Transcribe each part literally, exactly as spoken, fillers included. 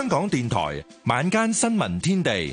香港電台晚間新聞天地，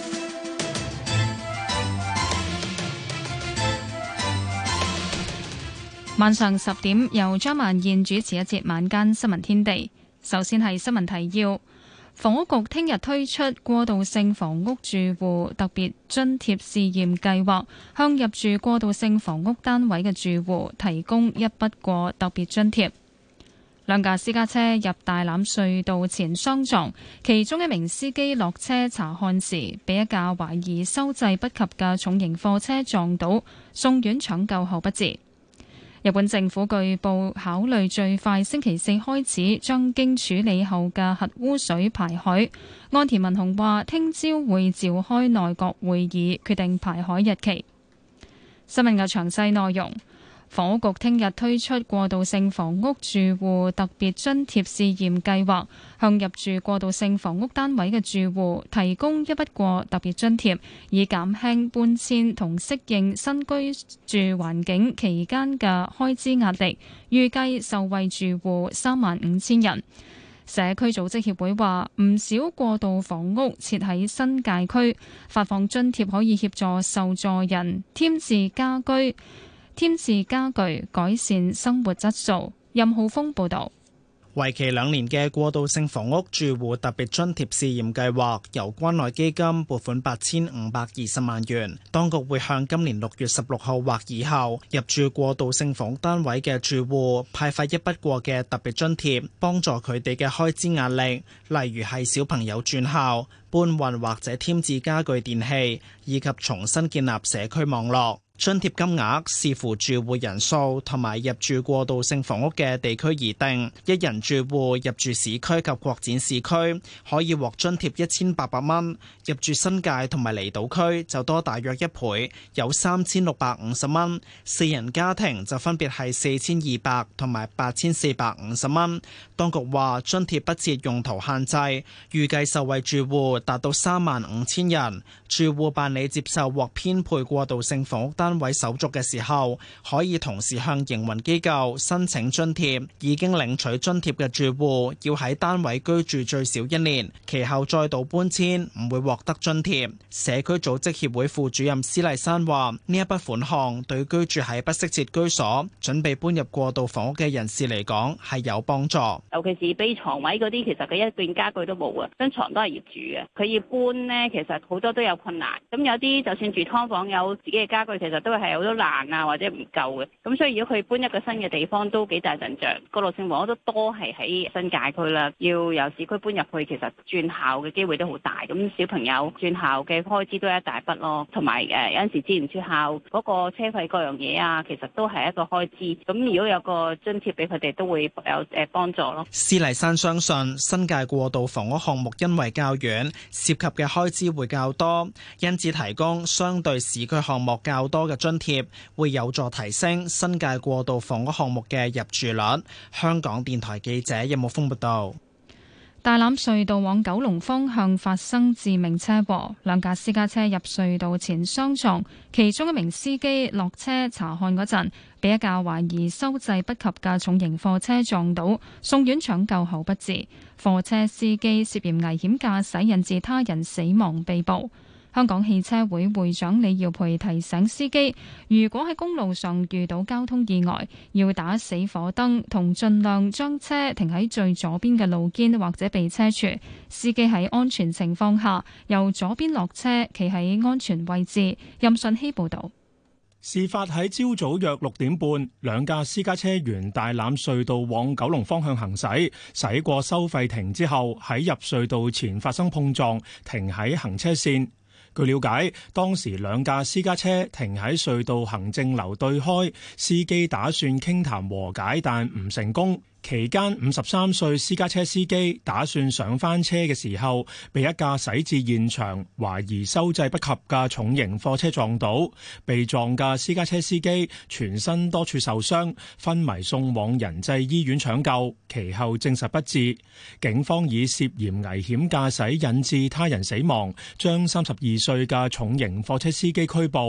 晚上十點由張曼燕主持一節晚間新聞天地。首先係新聞提要，房屋局聽日推出過渡性房屋住戶特別津貼試驗計劃，向入住過渡性房屋單位嘅住戶提供一筆過特別津貼。兩架私家車入大欖隧道前相撞，其中一名司機落車查看時，被一架懷疑收掣不及嘅重型貨車撞到，送院搶救後不治。日本政府據報考慮最快星期四開始將經處理後嘅核污水排海。岸田文雄話，聽朝會召開內閣會議，決定排海日期。新聞嘅詳細內容。房屋局聽日推出過渡性房屋住戶特別津貼試驗計劃，向入住過渡性房屋單位嘅住戶提供一筆過特別津貼，以減輕搬遷同適應新居住環境期間嘅開支壓力。預計受惠住戶三萬五千人。社區組織協會話，唔少過渡房屋設喺新界區，發放津貼可以協助受助人添置家居。添置家具，改善生活質素。任浩峰報導。 為期兩年嘅過渡性房屋住戶特別津貼試驗計劃，由關愛基金撥款八千五百二十萬元，當局會向今年六月十六號或以後入住過渡性房屋單位嘅住戶派發一筆過嘅特別津貼，幫助佢哋嘅開支壓力，例如係小朋友轉校、搬運或者添置家具電器，以及重新建立社區網絡。津貼金額視乎住戶人數同埋入住過渡性房屋嘅地區而定。一人住戶入住市區及擴展市區可以獲津貼一千八百蚊，入住新界同埋離島區就多大約一倍，有三千六百五十蚊。四人家庭就分別係四千二百同埋八千四百五十蚊。當局話津貼不設用途限制，預計受惠住戶達到三萬五千人。住戶辦理接受獲編配過渡性房屋單位手續嘅時候，可以同時向營運機構申請津貼。已經領取津貼嘅住戶要喺單位居住最少一年，其後再度搬遷唔會獲得津貼。社區組織協會副主任施麗珊話：呢一筆款項對居住喺不適切居所、準備搬入過渡房屋嘅人士嚟講係有幫助。 尤其是俾床位嗰啲，其實佢一件家具都冇啊，張床都係業主嘅。佢要搬呢，其實好多都有困難。咁有啲就算住劏房有自己嘅家具，其實都係好多爛啊，或者唔夠嘅。咁所以如果佢搬一個新嘅地方，都幾大陣仗。過渡性房屋都多係喺新界區啦，要由市區搬入去，其實轉校嘅機會都好大。咁小朋友轉校嘅開支都係一大筆咯，同埋誒有陣時支援出校嗰個車費各樣嘢啊，其實都係一個開支。咁如果有個津貼俾佢哋，都會有誒幫助咯。 施麗珊相信新界過渡房屋項目因為較遠，涉及嘅開支會較多，因此提供相對市區項目較多嘅津貼，會有助提升新界過渡房屋項目嘅入住率。香港電台記者任木峰報道。 大欖隧道往九龍方向發生致命車禍，兩架私家車入隧道前相撞，其中一名司機落車查看嗰陣，被一架懷疑收掣不及嘅重型貨車撞到，送院搶救後不治。貨車司機涉嫌危險駕駛引致他人死亡被捕。香港汽車會會長李耀培提醒司機，如果喺公路上遇到交通意外，要打死火燈，同盡量將車停喺最左邊嘅路肩或者避車處。司機喺安全情況下，由左邊落車，企喺安全位置。任信希報導。 事發喺朝早約六點半，兩架私家車沿大欖隧道往九龍方向行駛，駛過收費亭之後，喺入隧道前發生碰撞，停喺行車線。據了解，當時兩架私家車停喺隧道行政樓對開，司機打算傾談和解，但唔成功。期間五十三歲私家車司機打算上翻車嘅時候，被一架駛至現場懷疑收掣不及嘅重型貨車撞到，被撞嘅私家車司機全身多處受傷，昏迷送往仁濟醫院搶救，其後證實不治。警方以涉嫌危險駕駛引致他人死亡，將三十二歲嘅重型貨車司機拘捕。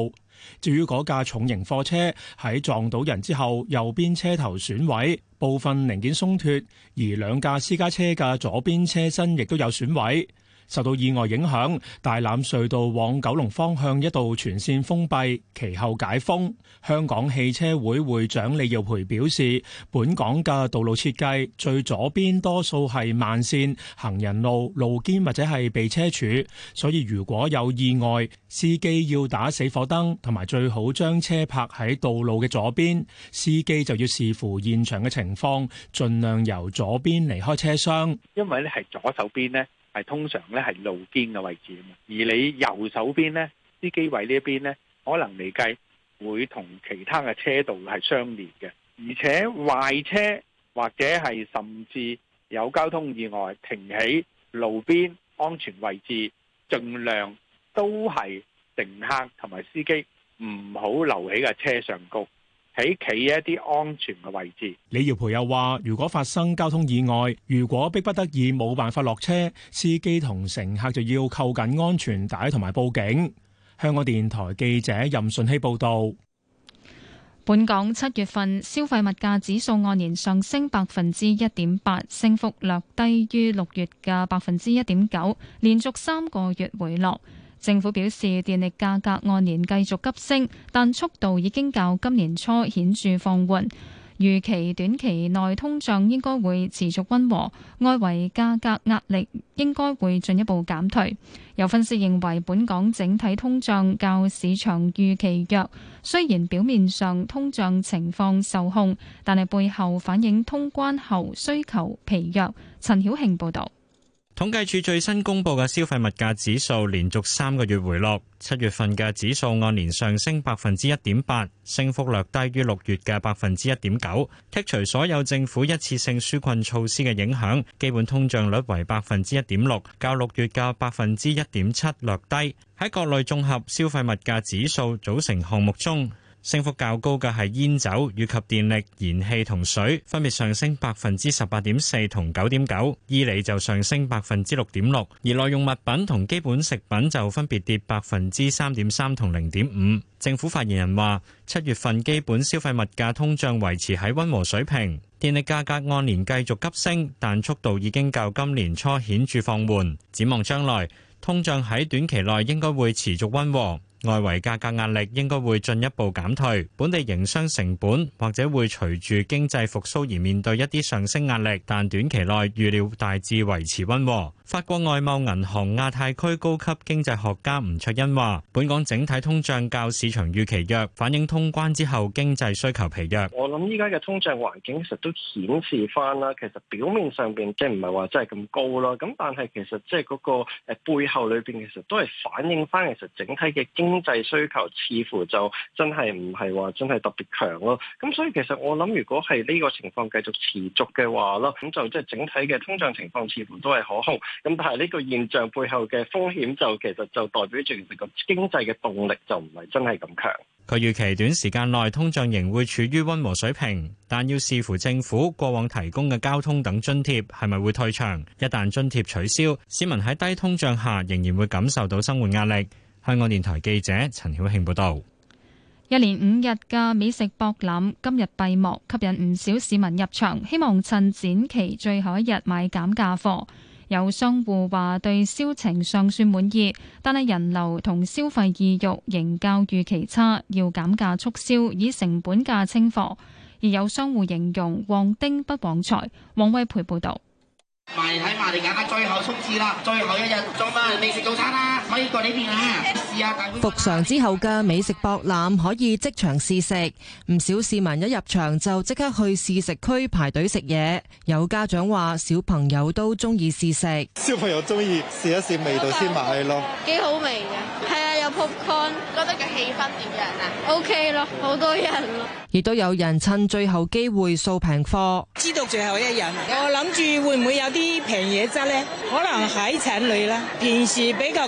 至於嗰架重型貨車喺撞到人之後，右邊車頭損毀，部分零件鬆脫，而兩架私家車嘅左邊車身亦都有損毀。受到意外影響，大欖隧道往九龍方向一度全線封閉，其後解封。香港汽車會會長李耀培表示，本港嘅道路設計最左邊多數係慢線、行人路、路肩或者係避車處，所以如果有意外，司機要打死火燈，同埋最好將車泊喺道路嘅左邊，司機就要視乎現場嘅情況，盡量由左邊離開車廂。 因為咧係左手邊呢，係通常咧係路肩嘅位置，而你右手邊咧司機位呢一邊咧，可能嚟計會同其他嘅車道係相連嘅，而且壞車或者係甚至有交通意外停喺路邊安全位置，盡量都係乘客同埋司機唔好留喺架車上高，喺企一啲安全嘅位置。 李耀培又話，如果發生交通意外，如果迫不得已冇辦法落車，司機同乘客就要扣緊安全帶同埋報警。香港電台記者任順希報道。 本港七月份消費物價指數按年上升百分之一點八，升幅略低於六月嘅百分之一點九，連續三個月回落。政府表示，電力價格按年繼續急升，但速度已經較今年初顯著放緩。預期短期內通脹應該會持續溫和，外圍價格壓力應該會進一步減退。有分析認為，本港整體通脹較市場預期弱，雖然表面上通脹情況受控，但係背後反映通關後需求疲弱。陳曉慶報導。 統計處最新公布嘅消費物價指數連續三個月回落，七月份嘅指數按年上升百分之一點八，升幅略低於六月嘅百分之一點九。剔除所有政府一次性紓困措施嘅影響，基本通脹率為百分之一點六，較六月嘅百分之一點七略低。喺各類綜合消費物價指數組成項目中，升幅較高嘅係煙酒以及電力、燃氣同水，分別上升百分之十八點四同九點九，衣履就上升百分之六點六，而耐用物品同基本食品就分別跌百分之三點三同零點五。政府發言人話，七月份基本消費物價通脹維持喺溫和水平，電力價格按年繼續急升，但速度已經較今年初顯著放緩。展望將來，通脹喺短期內應該會持續溫和。外圍價格壓力應該會進一步減退，本地營商成本或者會隨住經濟復甦而面對一啲上升壓力，但短期內預料大致維持溫和。法國外貿銀行亞太區高級經濟學家吳卓恩話，本港整體通脹較市場預期弱，反映通關之後經濟需求疲弱。 我諗依家嘅通脹環境其實都顯示翻啦，其實表面上邊即係唔係話真係咁高啦，咁但係其實即係嗰個誒背後裏邊其實都係反映翻其實整體嘅經經濟需求似乎就真係唔係話真係特別強咯，咁所以其實我諗如果係呢個情況繼續持續嘅話啦，咁就即係整體嘅通脹情況似乎都係可控，咁但係呢個現象背後嘅風險就其實就代表住其實個經濟嘅動力就唔係真係咁強。 佢預期短時間內通脹仍會處於溫和水平，但要視乎政府過往提供嘅交通等津貼係咪會退場。一旦津貼取消，市民喺低通脹下仍然會感受到生活壓力。香港電台記者陳曉慶報道。 一連五日嘅美食博覽今日閉幕，吸引唔少市民入場，希望趁展期最後一日買減價貨。有商戶話對銷情尚算滿意，但係人流同消費意欲仍較預期差，要減價促銷，以成本價清貨。而有商戶形容旺丁不旺財。黃威培報導。 埋睇埋嚟揀下最後衝刺啦！最後一日做乜未食早餐啦？可以過呢邊啊！試下大碗。 復常之後嘅美食博覽可以即場試食，唔少市民一入場就即刻去試食區排隊食嘢。有家長話小朋友都中意試食， 小朋友中意試一試味道先買咯。幾好味嘅，係啊，有 popcorn， 覺得個氣氛點樣啊 ？OK 咯，好多人咯。 亦都有人趁最後機會掃平貨。 知道最後一日，我諗住會唔會有啲平嘢質呢？可能喺產類啦，平時比較貴啲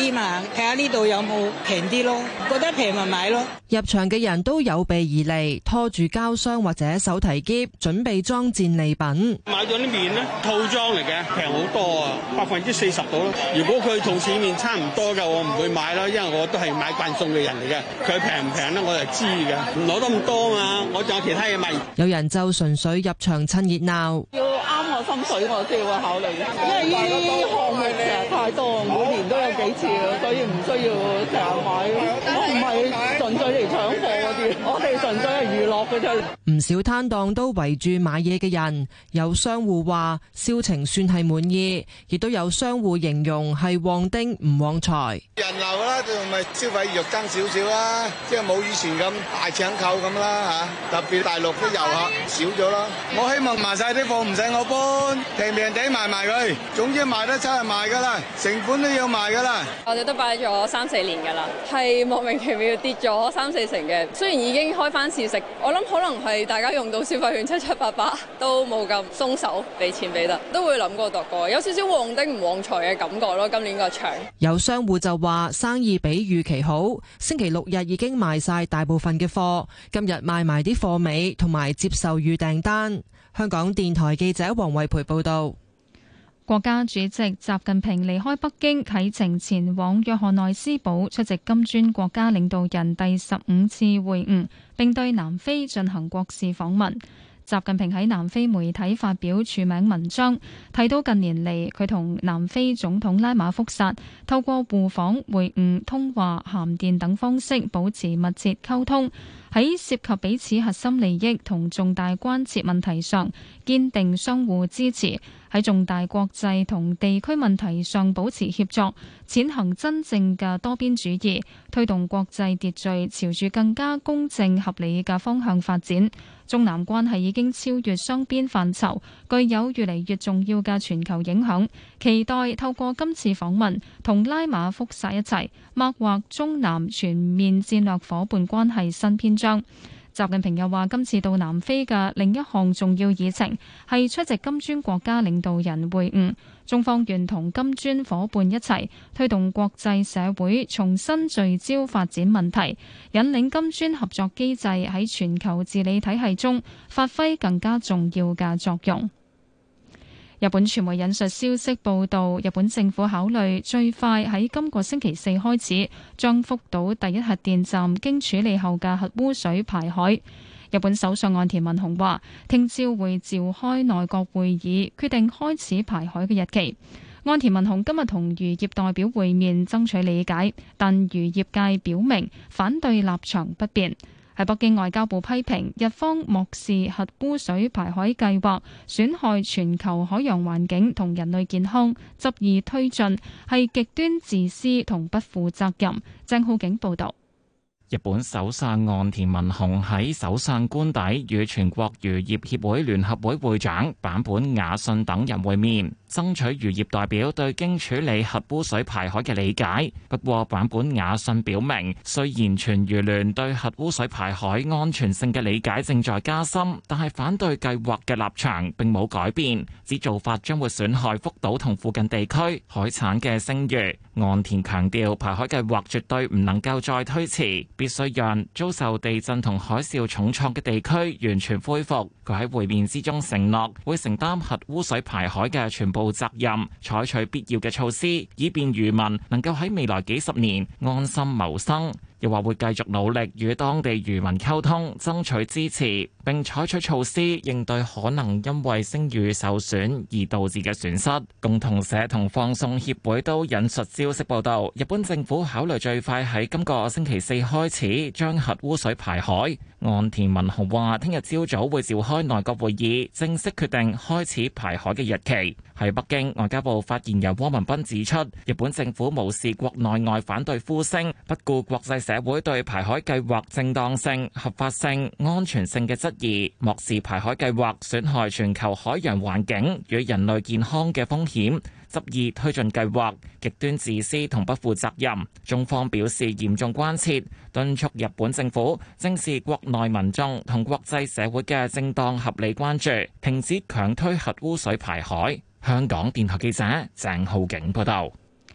啲嘛，睇下呢度有冇平啲咯，覺得平咪買咯。 入場嘅人都有備而嚟，拖住膠箱或者手提篋，準備裝戰利品。 買咗啲麵咧，套裝嚟嘅，平好多啊，百分之四十到咯。如果佢同市面差唔多嘅，我唔會買啦，因為我都係買慣餸嘅人嚟嘅。佢平唔平咧，我就知嘅，唔攞得咁多嘛，我仲有其他嘢買。 有人就純粹入場趁熱鬧， 要啱我心水我先會考慮，因為呢啲項目其實太多，每年都有幾次，所以唔需要成日買。我唔係純粹嚟搶貨嗰啲，我哋純粹係娛樂嘅啫。 唔少攤檔都圍住買嘢嘅人，有商戶話銷情算係滿意，亦都有商戶形容係旺丁唔旺財。 人流啦，仲咪消費欲增少少啦，即係冇以前咁大搶購咁啦嚇，特別大陸啲遊客少咗啦。我希望賣晒啲貨唔使我搬，平平地賣埋佢，總之賣得出係賣噶啦，成本都要賣噶啦。 我哋都擺咗三四年噶啦，係莫名其妙跌咗三四成嘅。雖然已經開翻試食，我諗可能係大家用到消費券七七八八都冇咁鬆手，俾錢俾得，都會諗過度過，有少少旺丁唔旺財嘅感覺咯。今年個場有商戶就話生意比預期好，星期六日已經賣晒大部分嘅貨，今日賣埋啲貨尾同埋接受預訂單。香港電台記者黃慧培報道。 國家主席習近平離開北京，啟程前往約翰內斯堡出席金磚國家領導人第十五次會晤，並對南非進行國事訪問。習近平喺南非媒體發表署名文章，提到近年嚟佢同南非總統拉馬福薩透過互訪、會晤、通話、函電等方式保持密切溝通，喺涉及彼此核心利益同重大關切問題上堅定相互支持，喺重大國際同地區問題上保持協作，踐行真正嘅多邊主義，推動國際秩序朝住更加公正合理嘅方向發展。中南關係已經超越雙邊範疇，具有越嚟越重要嘅全球影響。期待透過今次訪問，同拉馬福薩一齊擘劃中南全面戰略夥伴關係新篇章。習近平又話，今次到南非嘅另一項重要議程係出席金磚國家領導人會晤，中方願同金磚夥伴一齊推動國際社會重新聚焦發展問題，引領金磚合作機制喺全球治理體系中發揮更加重要嘅作用。日本傳媒引述消息報道，日本政府考慮最快喺今個星期四開始，將福島第一核電站經處理後嘅核污水排海。日本首相岸田文雄話，聽朝會召開內閣會議，決定開始排海嘅日期。岸田文雄今日同漁業代表會面，爭取理解，但漁業界表明反對立場不變。喺北京，外交部批評日方漠視核污水排海計劃，損害全球海洋環境同人類健康，執意推進，係極端自私同不負責任。鄭浩景報導。 日本首相岸田文雄喺首相官邸與全國漁業協會聯合會會長坂本雅信等人會面，爭取漁業代表對經處理核污水排海嘅理解。不過坂本雅信表明，雖然全漁聯對核污水排海安全性嘅理解正在加深，但係反對計劃嘅立場並冇改變，指做法將會損害福島同附近地區海產嘅聲譽。岸田強調，排海計劃絕對唔能夠再推遲，必須讓遭受地震同海嘯重創嘅地區完全恢復。佢喺會面之中承諾會承擔核污水排海嘅全部責任，採取必要嘅措施，以便漁民能夠喺未來幾十年安心謀生。又話會繼續努力與當地漁民溝通，爭取支持，並採取措施應對可能因為聲譽受損而導致嘅損失。共同社同放送協會都引述消息報道，日本政府考慮最快喺今個星期四開始將核污水排海。岸田文雄話，聽日朝早會召開內閣會議，正式決定開始排海嘅日期。喺北京，外交部發言人汪文斌指出，日本政府無視國內外反對呼聲，不顧國際社會對排海計劃正當性、合法性、安全性嘅質疑，漠視排海計劃損害全球海洋環境與人類健康嘅風險，執意推進計劃，極端自私同不負責任。中方表示嚴重關切，敦促日本政府正視國內民眾同國際社會嘅正當合理關注，停止強推核污水排海。香港電台記者鄭浩景報道。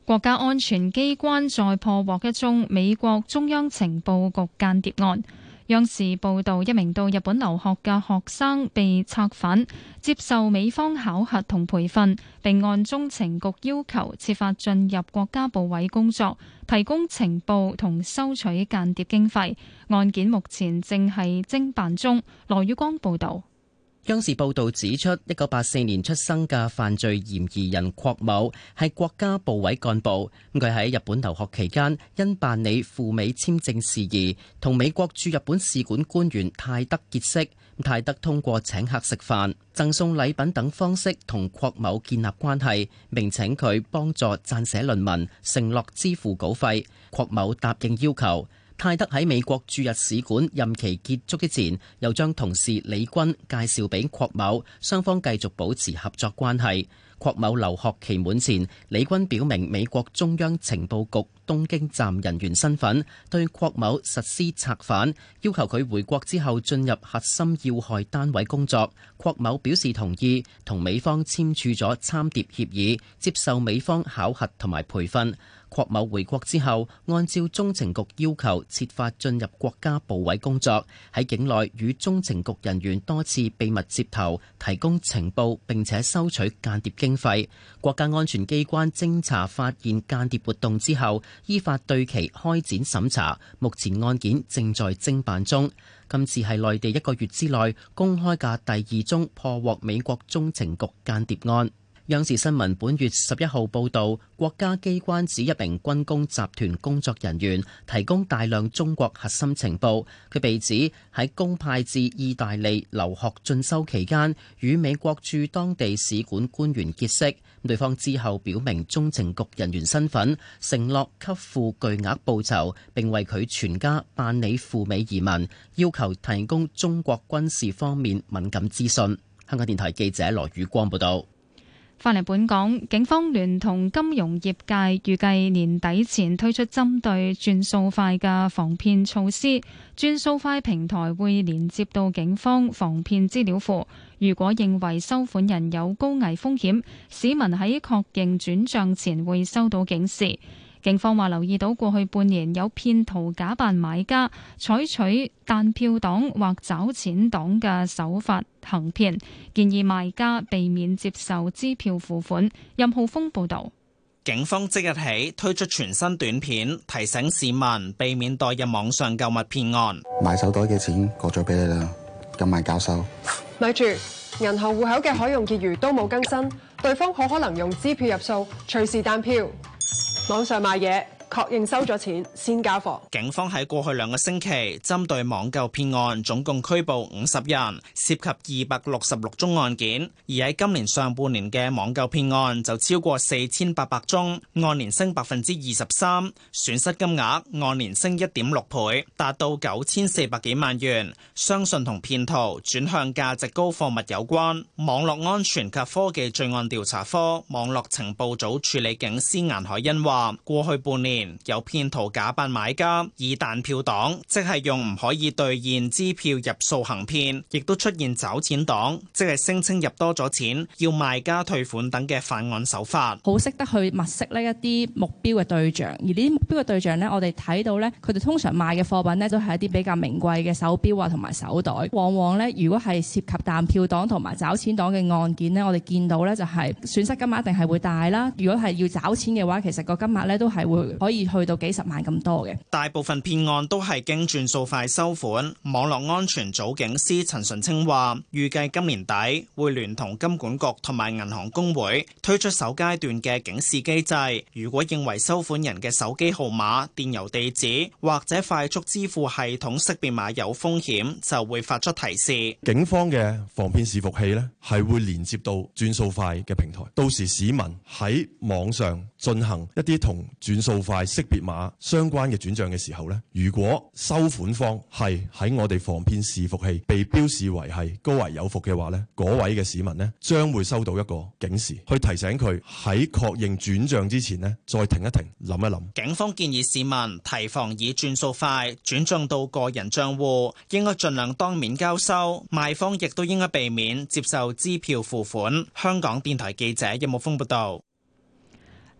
國家安全機關再破獲一宗美國中央情報局間諜案。央視報道，一名到日本留學嘅學生被策反，接受美方考核同培訓，並按中情局要求設法進入國家部委工作，提供情報同收取間諜經費。案件目前正係偵辦中。羅宇光報道。 央視報導指出，一九八四年出生嘅犯罪嫌疑人郭某係國家部委幹部。佢喺日本留學期間，因辦理赴美簽證事宜，同美國駐日本使館官員泰德結識。泰德通過請客食飯、贈送禮品等方式同郭某建立關係，並請佢幫助撰寫論文，承諾支付稿費。郭某答應要求。泰德喺美國駐日使館任期結束之前，又將同事李軍介紹俾郭某，雙方繼續保持合作關係。郭某留學期滿前，李軍表明美國中央情報局東京站人員身份，對郭某實施策反，要求佢回國之後進入核心要害單位工作。郭某表示同意，同美方簽署咗參諜協議，接受美方考核同埋培訓。郭某回國之後，按照中情局要求，設法進入國家部委工作，喺境內與中情局人員多次秘密接頭，提供情報並且收取間諜經費。國家安全機關偵查發現間諜活動之後，依法對其開展審查，目前案件正在偵辦中。今次係內地一個月之內公開嘅第二宗破獲美國中情局間諜案。央視新聞本月十一號報導，國家機關指一名軍工集團工作人員提供大量中國核心情報，佢被指喺公派至意大利留學進修期間，與美國駐當地使館官員結識。對方之後表明中情局人員身份，承諾給付巨額報酬，並為佢全家辦理赴美移民，要求提供中國軍事方面敏感資訊。香港電台記者羅宇光報道。 返嚟本港，警方聯同金融業界預計年底前推出針對轉數快嘅防騙措施。轉數快平台會連接到警方防騙資料庫，如果認為收款人有高危風險，市民喺確認轉賬前會收到警示。警方話留意到過去半年有騙徒假扮買家，採取彈票黨或找錢黨嘅手法行騙，建議賣家避免接受支票付款。任浩峰報導。 警方即日起推出全新短片，提醒市民避免墮入網上購物騙案。 買手袋嘅錢過咗俾你啦，今晚交收。 咪住，銀行戶口嘅可用結餘都冇更新，對方好可能用支票入數，隨時彈票。網上賣嘢，確認收咗錢先交貨。 警方喺過去兩個星期針對網購騙案，總共拘捕五十人，涉及二百六十六宗案件。而喺今年上半年嘅網購騙案就超過四千八百宗，按年升百分之二十三，損失金額按年升一點六倍，達到九千四百幾萬元。相信同騙徒轉向價值高貨物有關。網絡安全及科技罪案調查科網絡情報組處理警司顏海欣話，過去半年有騙徒假扮買家，以彈票黨，即係用唔可以兌現支票入數行騙，亦都出現找錢黨，即係聲稱入多咗錢要賣家退款等嘅犯案手法。 好識得去物色呢一啲目標嘅對象，而呢啲目標嘅對象呢，我哋睇到呢，佢哋通常賣嘅貨品呢，都係一啲比較名貴嘅手錶啊同埋手袋。往往呢，如果係涉及彈票黨同埋找錢黨嘅案件呢，我哋見到呢，就係損失金額一定係會大啦。如果係要找錢嘅話，其實個金額呢，都係會可以去到幾十萬咁多嘅。 大部分騙案都係經轉數快收款。網絡安全組警司陳純清話，預計今年底會聯同金管局同埋銀行公會推出首階段嘅警示機制。如果認為收款人嘅手機號碼、電郵地址或者快速支付系統識別碼有風險，就會發出提示。 警方嘅防騙視伏器呢，係會連接到轉數快嘅平台，到時市民喺網上進行一啲同轉數快識別碼相關嘅轉賬嘅時候呢，如果收款方係喺我哋防騙視伏器被標示為係高危有伏嘅話呢，嗰位嘅市民呢，將會收到一個警示，去提醒佢喺確認轉賬之前呢，再停一停，諗一諗。 警方建議市民提防以轉數快轉賬到個人賬戶，應該盡量當面交收，賣方亦都應該避免接受支票付款。香港電台記者任木峰報道。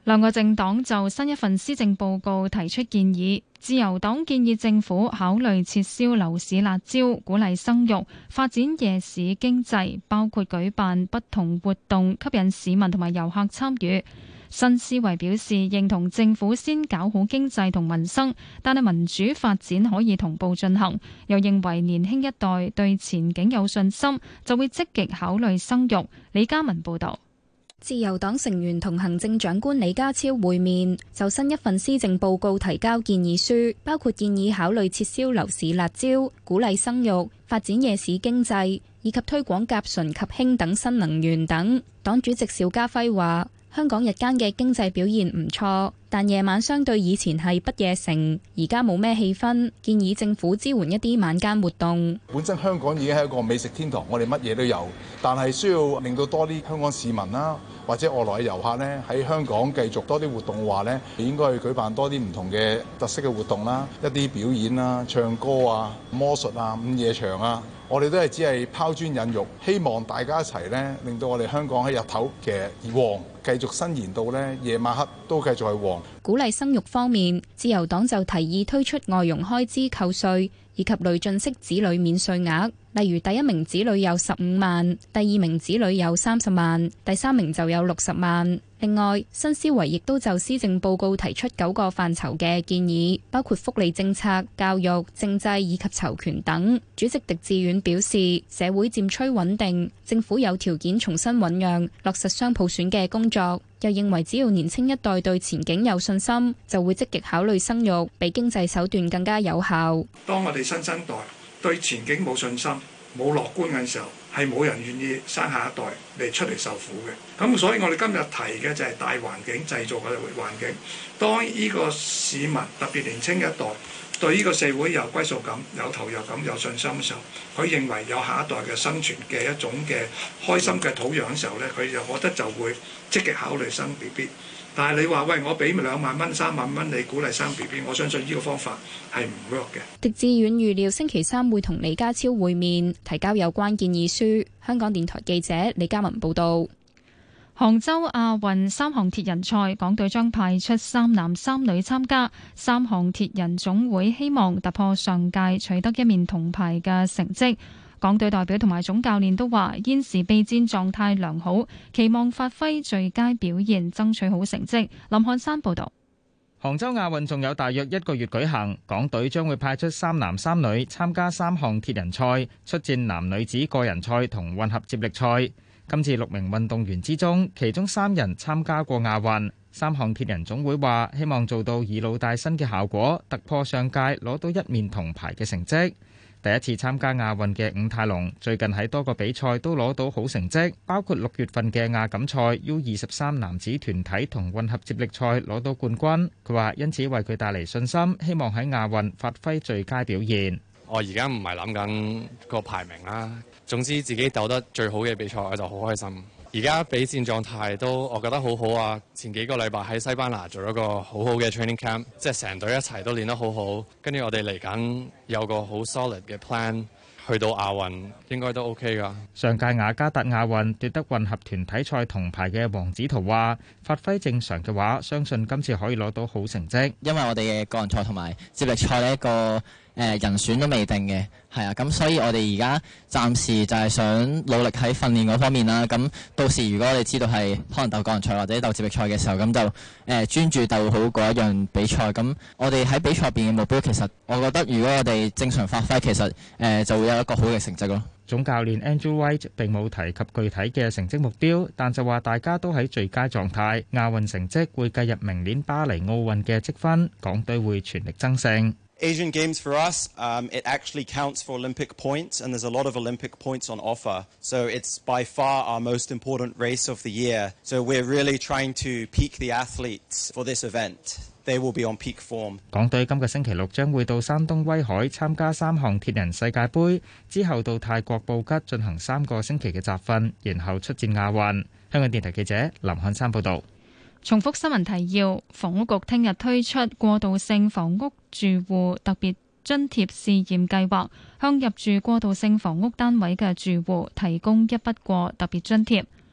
兩個政黨就新一份施政報告提出建議，自由黨建議政府考慮撤銷樓市辣招，鼓勵生育，發展夜市經濟，包括舉辦不同活動，吸引市民同埋遊客參與。新思維表示認同政府先搞好經濟同民生，但係民主發展可以同步進行。又認為年輕一代對前景有信心，就會積極考慮生育。李嘉文報導。 自由黨成員同行政長官李家超會面，就新一份施政報告提交建議書，包括建議考慮撤銷樓市辣招，鼓勵生育，發展夜市經濟，以及推廣甲醇及氫等新能源等。黨主席邵家輝話：香港日間嘅經濟表現唔錯，但夜晚相對以前係不夜城，而家冇咩氣氛，建議政府支援一啲晚間活動。 本身香港已經係一個美食天堂，我哋乜嘢都有，但係需要令到多啲香港市民啦，或者外來嘅遊客呢，喺香港繼續多啲活動嘅話呢，應該去舉辦多啲唔同嘅特色嘅活動啦，一啲表演啦、唱歌啊、魔術啊、午夜場啊。我哋都係只係拋磚引玉，希望大家一齊咧，令到我哋香港喺日頭嘅旺，繼續伸延到咧夜晚黑都繼續係旺。 鼓勵生育方面，自由黨就提議推出外傭開支扣稅，以及累進式子女免稅額。例如第一名子女有十五萬，第二名子女有三十萬，第三名就有六十萬。另外，新思維亦都就施政報告提出九個範疇嘅建議，包括福利政策、教育、政制以及囚權等。主席狄志遠表示，社會漸趨穩定，政府有條件重新醞釀落實雙普選嘅工作。又認為只要年輕一代對前景有信心，就會積極考慮生育，比經濟手段更加有效。 當我哋新生代對前景冇信心、冇樂觀嘅時候，係冇人願意生下一代嚟出嚟受苦嘅。咁所以我哋今日提嘅就係大環境製造嘅環境。當呢個市民特別年輕一代對呢個社會有歸屬感、有投入感、有信心嘅時候，佢認為有下一代嘅生存嘅一種嘅開心嘅土壤嘅時候咧，佢就覺得就會積極考慮生 B B。但係你話喂，我俾兩萬蚊、三萬蚊你鼓勵生 B B， 我相信呢個方法係唔 work 嘅。 狄志遠預料星期三會同李家超會面，提交有關建議書。香港電台記者李嘉文報道。 杭州亞運三項鐵人賽，港隊將派出三男三女參加。三項鐵人總會希望突破上屆取得一面銅牌嘅成績。港隊代表同埋總教練都話，現時備戰狀態良好，期望發揮最佳表現，爭取好成績。林漢山報道。 杭州亞運仲有大約一個月舉行，港隊將會派出三男三女參加三項鐵人賽，出戰男女子個人賽同混合接力賽。今次六名運動員之中，其中三人參加過亞運。三項鐵人總會話，希望做到以老帶新嘅效果，突破上屆攞到一面銅牌嘅成績。第一次參加亞運嘅伍太龍，最近喺多個比賽都攞到好成績，包括六月份嘅亞錦賽 U 二十三男子團體同混合接力賽攞到冠軍。佢話因此為佢帶嚟信心，希望喺亞運發揮最佳表現。 我而家唔係諗緊個排名啦，總之自己鬥得最好嘅比賽我就好開心。而家備戰狀態都我覺得好好啊！前幾個禮拜喺西班牙做咗個好好嘅 training camp， 即係成隊一齊都練得好好。跟住我哋嚟緊有個好 solid 嘅 plan， 去到亞運應該都 OK 㗎。 上屆雅加達亞運奪得混合團體賽銅牌嘅黃子圖話：發揮正常嘅話，相信今次可以攞到好成績。 因為我哋嘅個人賽同埋接力賽呢一個誒人選都未定嘅，係啊，咁所以我哋而家暫時就係想努力喺訓練嗰方面啦。咁到時如果我哋知道係可能鬥個人賽或者鬥接力賽嘅時候，咁就誒、呃、專注鬥好嗰一樣比賽。咁我哋喺比賽入邊嘅目標，其實我覺得如果我哋正常發揮，其實誒、呃、就會有一個好嘅成績咯。 總教練 Andrew White 並冇提及具體嘅成績目標，但就話大家都喺最佳狀態，亞運成績會計入明年巴黎奧運嘅積分，港隊會全力爭勝。 Asian Games for us, um, it actually counts for Olympic points, and there's a lot of Olympic points on offer. So it's by far our most important race of the year. So we're really trying to peak the athletes for this event. They will be on peak form. 港隊今個星期六將會到山東威海參加三項鐵人世界盃，之後到泰國布吉進行三個星期嘅集訓，然後出戰亞運。香港電台記者林漢山報導。 重複新聞提要：房屋局聽日推出過渡性房屋住戶特別津貼試驗計劃，向入住過渡性房屋單位嘅住戶提供一筆過特別津貼。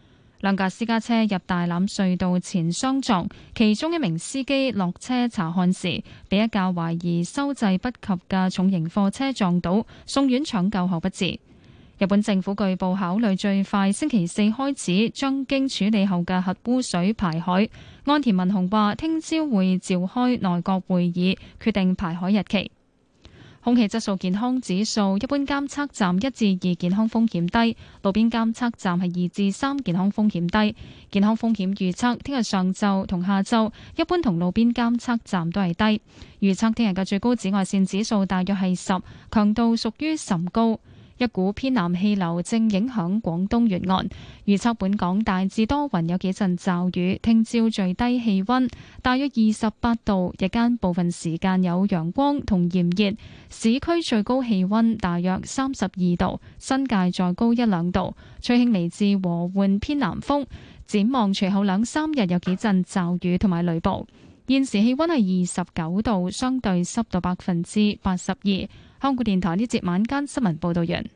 兩架私家車入大欖隧道前相撞，其中一名司機落車查看時，被一架懷疑收掣不及嘅重型貨車撞到，送院搶救後不治。日本政府據報考慮最快星期四開始將經處理後嘅核污水排海。岸田文雄話：聽朝會召開內閣會議，決定排海日期。空氣質素健康指數，一般監測站一至二健康風險低，路邊監測站係二至三健康風險低。健康風險預測聽日上晝同下晝，一般同路邊監測站都係低。預測聽日嘅最高紫外線指數大約係十，強度屬於甚高。一股偏南氣流正影響廣東沿岸，預測本港大致多雲，有幾陣驟雨。聽朝最低氣溫大約二十八度，日間部分時間有陽光同炎熱，市區最高氣溫大約三十二度，新界再高一兩度，吹輕微至和緩偏南風。展望隨後兩三日有幾陣驟雨同埋雷暴。現時氣溫係二十九度，相對濕度百分之八十二。香港電台呢節晚間新聞報道完。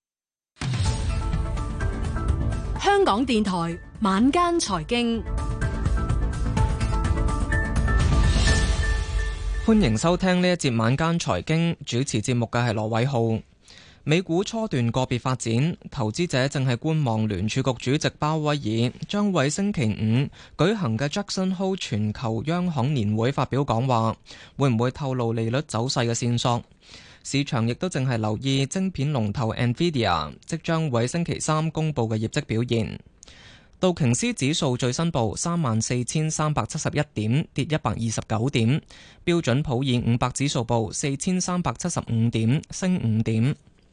香港電台晚間財經， 歡迎收聽呢一節晚間財經，主持節目嘅係羅偉浩。美股初段個別發展，投資者正係觀望聯儲局主席鮑威爾將喺星期五舉行嘅 Jackson Hole 全球央行年會發表講話，會唔會透露利率走勢嘅線索？市場亦都淨係留意晶片龍頭 Nvidia 即將喺星期三公佈嘅業績表現。道瓊斯指數最新報三萬四千三百七十一點，跌一百二十九點。標準普爾五百指數報四千三百七十五點，升五點。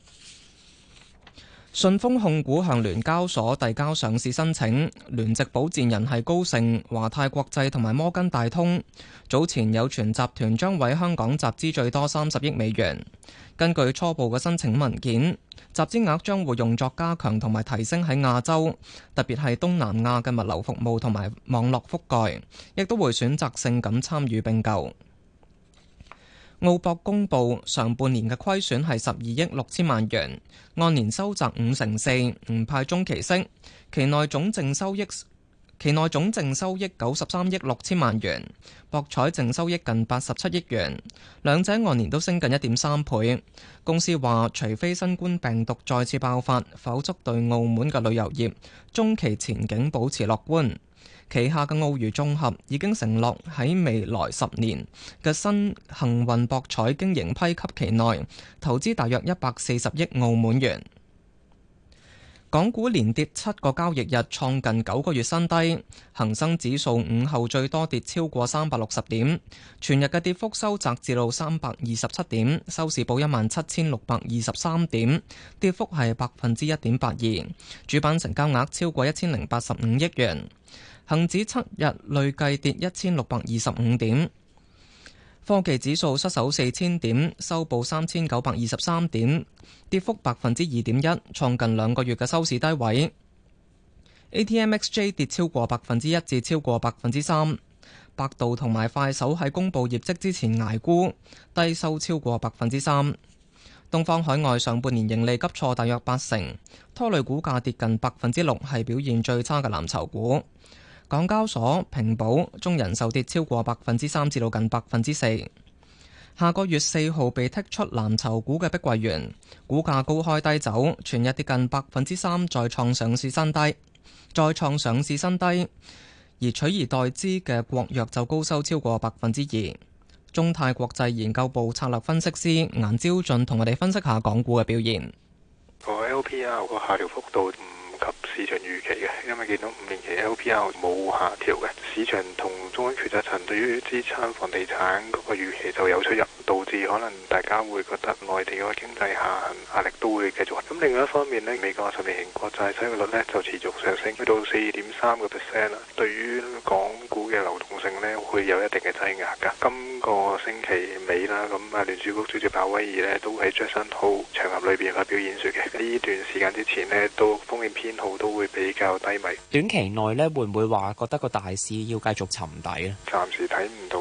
順豐控股向聯交所遞交上市申請，聯席保薦人係高盛、華泰國際同埋摩根大通。早前有傳集團將喺香港集資最多三十億美元。根據初步嘅申請文件，集資額將會用作加強同埋提升喺亞洲，特別係東南亞嘅物流服務同埋網絡覆蓋，亦都會選擇性咁參與併購。澳博公布上半年嘅虧損係十二億六千萬元，按年收窄五成四，唔派中期息。期內總淨收益期內總淨收益九十三億六千萬元，博彩淨收益近八十七億元，兩者按年都升近一點三倍。公司話，除非新冠病毒再次爆發，否則對澳門嘅旅遊業中期前景保持樂觀。旗下嘅澳娛綜合已經承諾喺未來十年嘅新幸運博彩經營批給期內投資大約一百四十億澳門元。港股連跌七個交易日，創近九個月新低。恒生指數午後最多跌超過三百六十點，全日嘅跌幅收窄至到三百二十七點，收市報一萬七千六百二十三點，跌幅係百分之一點八二。主板成交額超過一千零八十五億元。恒指七日累計跌一千六百二十五點，科技指數失守四千點，收報三千九百二十三點，跌幅百分之二點一，創近兩個月嘅收市低位。A T M X J 跌超過百分之一至超過百分之三，百度同埋快手喺公佈業績之前捱沽，低收超過百分之三。東方海外上半年盈利急挫大約八成，拖累股價跌近百分之六，係表現最差嘅藍籌股。港交所、平保、中人壽跌超過百分之三至到近百分之四。下個月四號被剔出藍籌股嘅碧桂園，股價高開低走，全日跌近百分之三，再創上市新低，再創上市新低。而取而代之嘅國藥就高收超過百分之二。中泰國際研究部策略分析師顏朝俊同我哋分析下港股嘅表現。 個 L P R 個下調幅度及市場預期嘅，因為見到五年期 L P R 冇下調嘅，市場同中央決策層對於資產房地產嗰個預期就有出入，導致可能大家會覺得內地嗰個經濟下行壓力都會繼續。咁另外一方面呢，美國十年期國債收益率呢就持續上升，去到四點三個 percent 啦。對於港股嘅流動性呢，會有一定嘅擠壓㗎。今個星期尾啦，咁啊聯儲局主席鮑威爾呢都喺 Jackson Hole 場合裏邊發表演說嘅。呢段時間之前呢，都風險偏好都會比較低迷。 短期內呢，會唔會話覺得個大市要繼續沉底咧？ 暫時睇唔到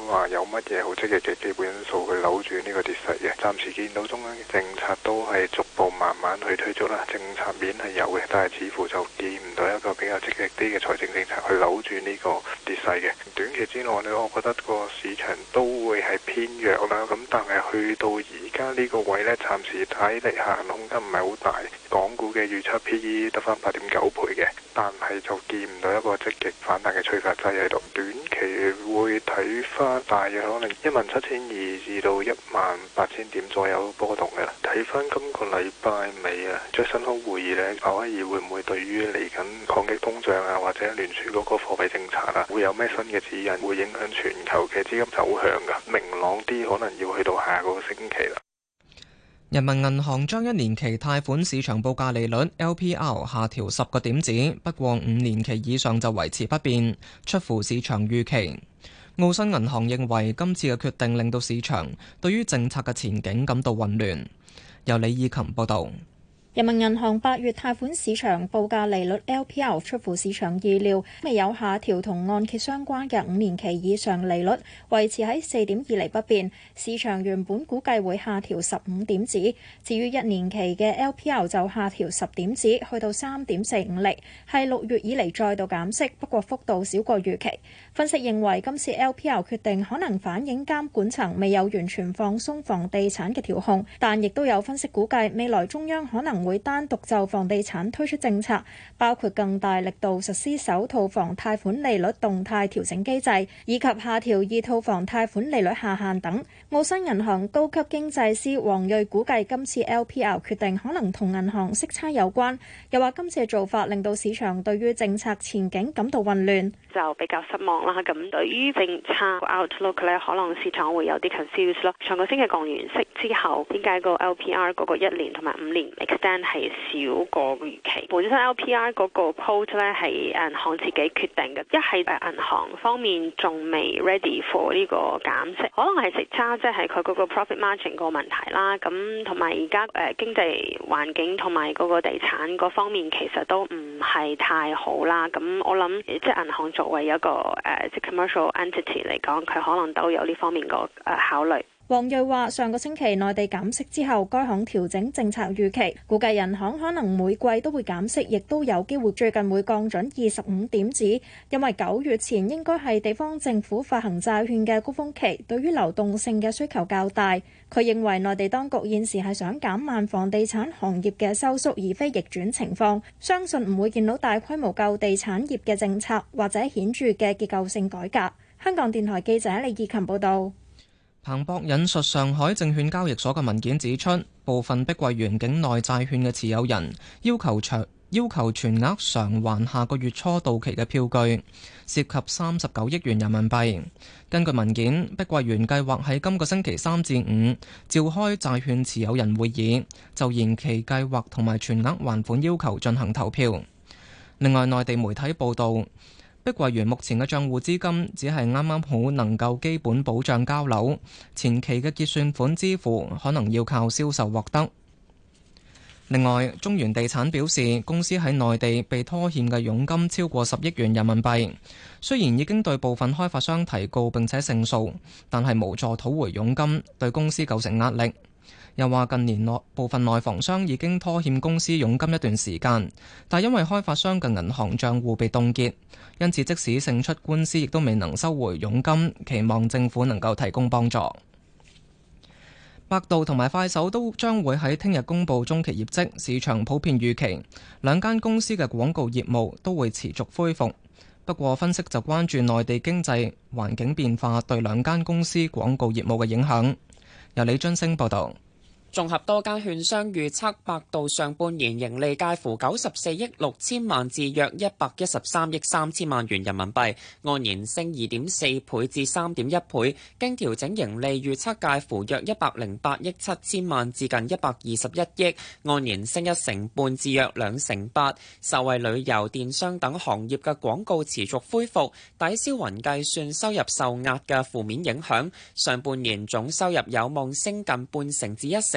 話有乜嘢好積極嘅基本因素去扭轉呢個跌勢嘅。暫時見到中央嘅政策都係逐步慢慢去推出啦，政策面係有嘅，但係似乎就見唔到一個比較積極啲嘅財政政策去扭轉呢個跌勢嘅。短期之內呢，我覺得個市場都會係偏弱啦。咁但係去到而家呢個位呢，暫時睇嚟下行空間唔係好大。港股嘅預測 P E 得返八點九倍嘅，但係就見唔到一個積極反彈嘅催化劑喺度。短期會睇翻大約可能一萬七千二至到一萬八千點左右波動嘅啦。睇翻今個禮拜尾啊，最新通會議呢，鮑威爾會唔會對於嚟緊抗擊通脹啊，或者聯儲嗰個貨幣政策啊，會有咩新嘅指引，會影響全球嘅資金走向㗎？明朗啲可能要去到下個星期啦。 人民銀行將一年期貸款市場報價利率 L P R 下調十個點子，不過五年期以上就維持不變，出乎市場預期。澳新銀行認為今次嘅決定令到市場對於政策嘅前景感到混亂。由李以琴報導。 人民銀行八月貸款市場報價利率 L P R 出乎市場意料，未有下調同按揭相關嘅五年期以上利率，維持喺四點二厘不變。市場原本估計會下調十五點子，至於一年期嘅 L P R 就下調十點子，去到三點四五厘，係六月以嚟再度減息，不過幅度少過預期。分析認為今次 L P R 決定可能反映監管層未有完全放鬆房地產嘅調控，但亦都有分析估計未來中央可能會單獨就房地產推出政策，包括更大力度實施首套房貸款利率動態調整機制，以及下調二套房貸款利率下限等。澳新銀行高級經濟師黃瑞估計今次 L P R 決定可能同銀行息差有關，又話今次嘅做法令到市場對於政策前景感到混亂， 就比較失望啦。咁對於政策 outlook 咧，可能市場會有啲 confused 咯。上個星期降完息之後，點解個 L P R 嗰個一年同埋五年 extend 係少過預期？本身 L P R 嗰個 post 咧係銀行自己決定嘅，一係誒銀行方面仲未 ready for 呢個減息，可能係息差，即係佢嗰個 profit margin 個問題啦。咁同埋而家誒經濟環境同埋嗰個地產嗰方面其實都唔係太好啦。咁我諗即係銀行作為一個誒即係 commercial entity 嚟講，佢可能都有呢方面個誒考慮。 黃瑞話：上個星期內地減息之後，該行調整政策預期，估計人行可能每季都會減息，亦都有機會最近會降準二十五點子，因為九月前應該係地方政府發行債券嘅高峰期，對於流動性嘅需求較大。佢認為內地當局現時係想減慢房地產行業嘅收縮，而非逆轉情況，相信唔會見到大規模救地產業嘅政策或者顯著嘅結構性改革。香港電台記者李義琴報道。 彭博引述上海證券交易所嘅文件指出，部分碧桂園境內債券嘅持有人要求長要求全額償還下個月初到期嘅票據，涉及三十九億元人民幣。根據文件，碧桂園計劃喺今個星期三至五召開債券持有人會議，就延期計劃同埋全額還款要求進行投票。另外，內地媒體報道，碧桂園目前嘅帳戶資金只係啱啱好能夠基本保障交樓，前期嘅結算款支付可能要靠銷售獲得。另外，中原地產表示，公司喺內地被拖欠嘅佣金超過十億元人民幣，雖然已經對部分開發商提告並且勝訴，但係無助討回佣金，對公司構成壓力。又話近年內部分內房商已經拖欠公司佣金一段時間，但因為開發商嘅銀行帳戶被凍結，因此即使勝出官司，亦都未能收回佣金。期望政府能夠提供幫助。百度同埋快手都將會喺聽日公布中期業績，市場普遍預期兩間公司嘅廣告業務都會持續恢復。不過分析就關注內地經濟環境變化對兩間公司廣告業務嘅影響。由李津升報導。 綜合多間券商預測，百度上半年盈利介乎九十四億六千萬至約一百一十三億三千萬元人民幣，按年升二點四倍至三點一倍。經調整盈利預測介乎約一百零八億七千萬至近一百二十一億，按年升一成半至約兩成八。受惠旅遊、電商等行業嘅廣告持續恢復，抵消雲計算收入受壓嘅負面影響。上半年總收入有望升近半成至一成。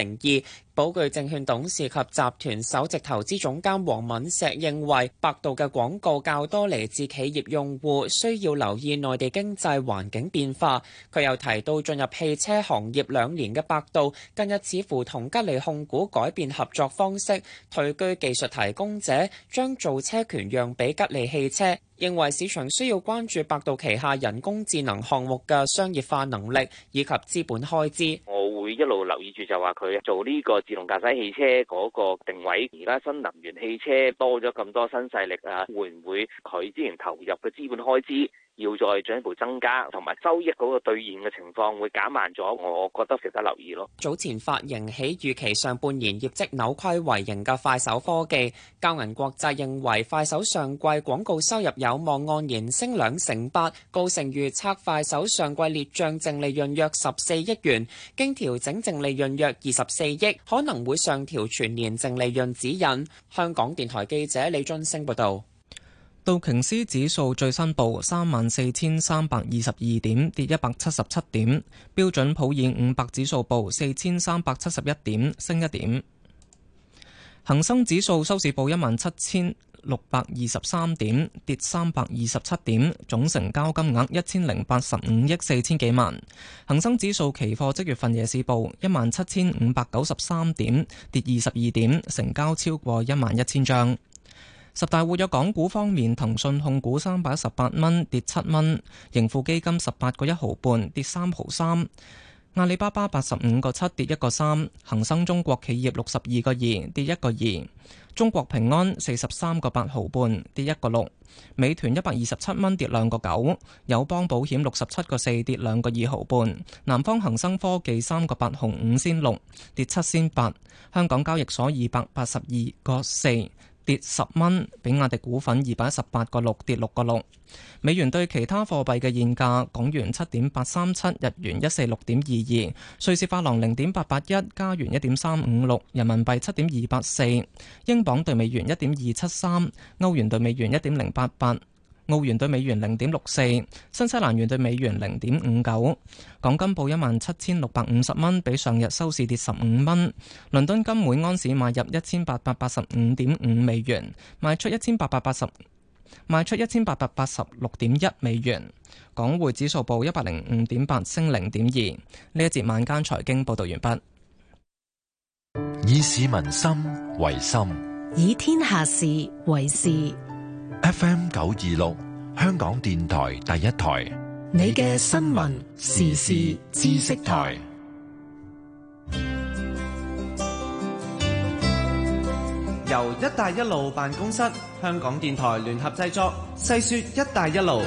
名義。寶鉅證券董事及集團首席投資總監黃敏石認為，百度嘅廣告較多嚟自企業用戶，需要留意內地經濟環境變化。佢又提到，進入汽車行業兩年嘅百度，近日似乎同吉利控股改變合作方式，退居技術提供者，將造車權讓俾吉利汽車。認為市場需要關注百度旗下人工智能項目嘅商業化能力以及資本開支。 我會一路留意住，就話佢做呢個自動駕駛汽車嗰個定位。而家新能源汽車多咗咁多新勢力啊，會唔會佢之前投入嘅資本開支要再進一步增加，同埋收益嗰個兌現嘅情況會減慢咗？我覺得值得留意咯。 早前發盈喜預期上半年業績扭虧為盈嘅快手科技，交銀國際認為快手上季廣告收入有望按年升兩成八，高盛預測快手上季列賬淨利潤約十四億元，經調整淨利潤約二十四億，可能會上調全年淨利潤指引。香港電台記者李津升報道。 道瓊斯指數最新報三萬四千三百二十二點，跌一百七十七點。標準普爾五百指數報四千三百七十一點，升一點。恒生指數收市報一萬七千六百二十三點，跌三百二十七點，總成交金額一千零八十五億四千幾萬。恒生指數期貨即月份夜市報一萬七千五百九十三點，跌二十二點，成交超過一萬一千張。十大活躍港股方面，騰訊控股三百一十八蚊，跌七蚊；盈富基金十八個一毫半，跌三毫三；阿里巴巴八十五個七，跌一個三；恒生中國企業六十二個二，跌一個二；中國平安四十三個八毫半，跌一個六；美團一百二十七蚊，跌兩個九；友邦保險六十七個四，跌兩個二毫半；南方恒生科技三個八毫五仙六，跌七仙八；香港交易所二百八十二個四，跌十蚊，比亞迪股份二百一十八個六，跌六個六。美元對其他貨幣嘅現價：港元七點八三七，日元一四六點二二，瑞士法郎零點八八一，加元一點三五六，人民幣七點二八四，英鎊對美元一點二七三，歐元對美元一點零八八。澳元對美元零點六四，新西蘭元對美元零點五九。港金報一萬七千六百五十蚊，比上日收市跌十五蚊。倫敦金每安士買入一千八百八十五點五美元，賣出一千八百八十賣出一千八百八十六點一美元。港匯指數報一百零五點八，升零點二。呢一節晚間財經報道完畢。 以市民心為心， 以天下事為事。 F M 九二六，香港電台第一台， 你嘅新聞時事知識台。 由一帶一路辦公室、香港電台聯合製作，細說一帶一路。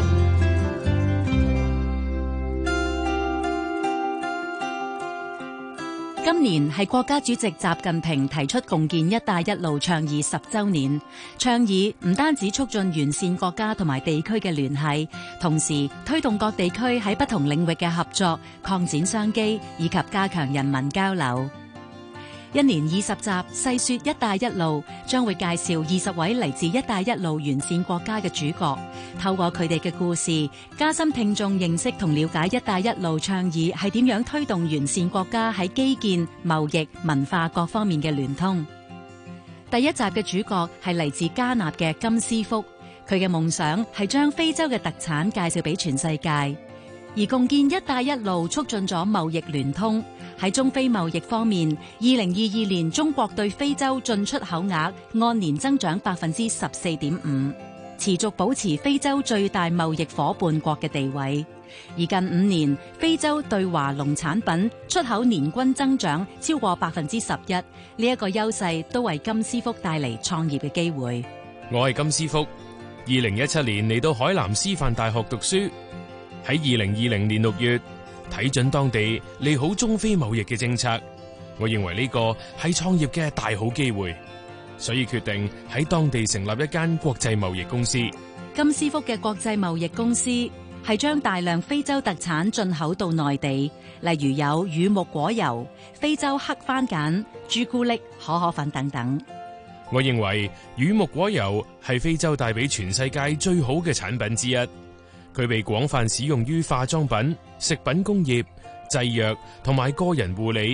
今年係國家主席習近平提出共建一帶一路倡議十週年，倡議唔單止促進完善國家同埋地區嘅聯繫，同時推動各地區喺不同領域嘅合作，擴展商機以及加強人民交流。一年二十集細說一帶一路，將會介紹二十位嚟自一帶一路沿線國家嘅主角，透過佢哋嘅故事，加深聽眾認識同了解一帶一路倡議係點樣推動沿線國家喺基建、貿易、文化各方面嘅聯通。第一集嘅主角係嚟自加納嘅金斯福，佢嘅夢想係將非洲嘅特產介紹俾全世界。而共建一帶一路促進咗貿易聯通。喺中非貿易方面，二零二二年中國對非洲進出口額按年增長百分之十四點五，持續保持非洲最大貿易夥伴國嘅地位。而近五年，非洲對華農產品出口年均增長超過百分之十一，呢一個優勢都為金斯福帶嚟創業嘅機會。 我係金斯福，二零一七年嚟到海南師範大學讀書。喺二零二零年六月，睇準當地利好中非貿易嘅政策，我認為呢個係創業嘅大好機會，所以決定喺當地成立一間國際貿易公司。 金斯福嘅國際貿易公司係將大量非洲特產進口到內地，例如有乳木果油、非洲黑番梘、朱古力、可可粉等等。 我認為乳木果油係非洲帶俾全世界最好嘅產品之一。佢被廣泛使用於化妝品、食品工業、製藥同埋個人護理，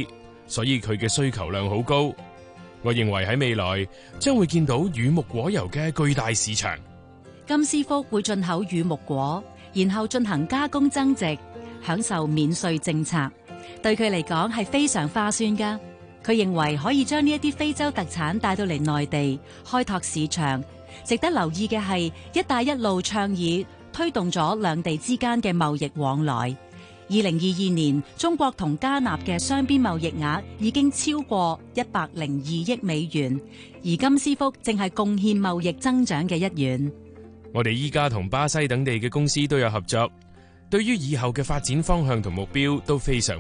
所以佢嘅需求量好高。我認為喺未來將會見到乳木果油嘅巨大市場。 金斯福會進口乳木果，然後進行加工增值，享受免稅政策，對佢嚟講係非常划算㗎。佢認為可以將呢一啲非洲特產帶到嚟內地，開拓市場。值得留意嘅係，一帶一路倡議推動咗兩地之間嘅貿易往來。二零二二年，中國同加納嘅雙邊貿易額已經超過一百零二億美元，而金斯福正係貢獻貿易增長嘅一員。 我哋依家同巴西等地嘅公司都有合作，對於以後嘅發展方向同目標都非常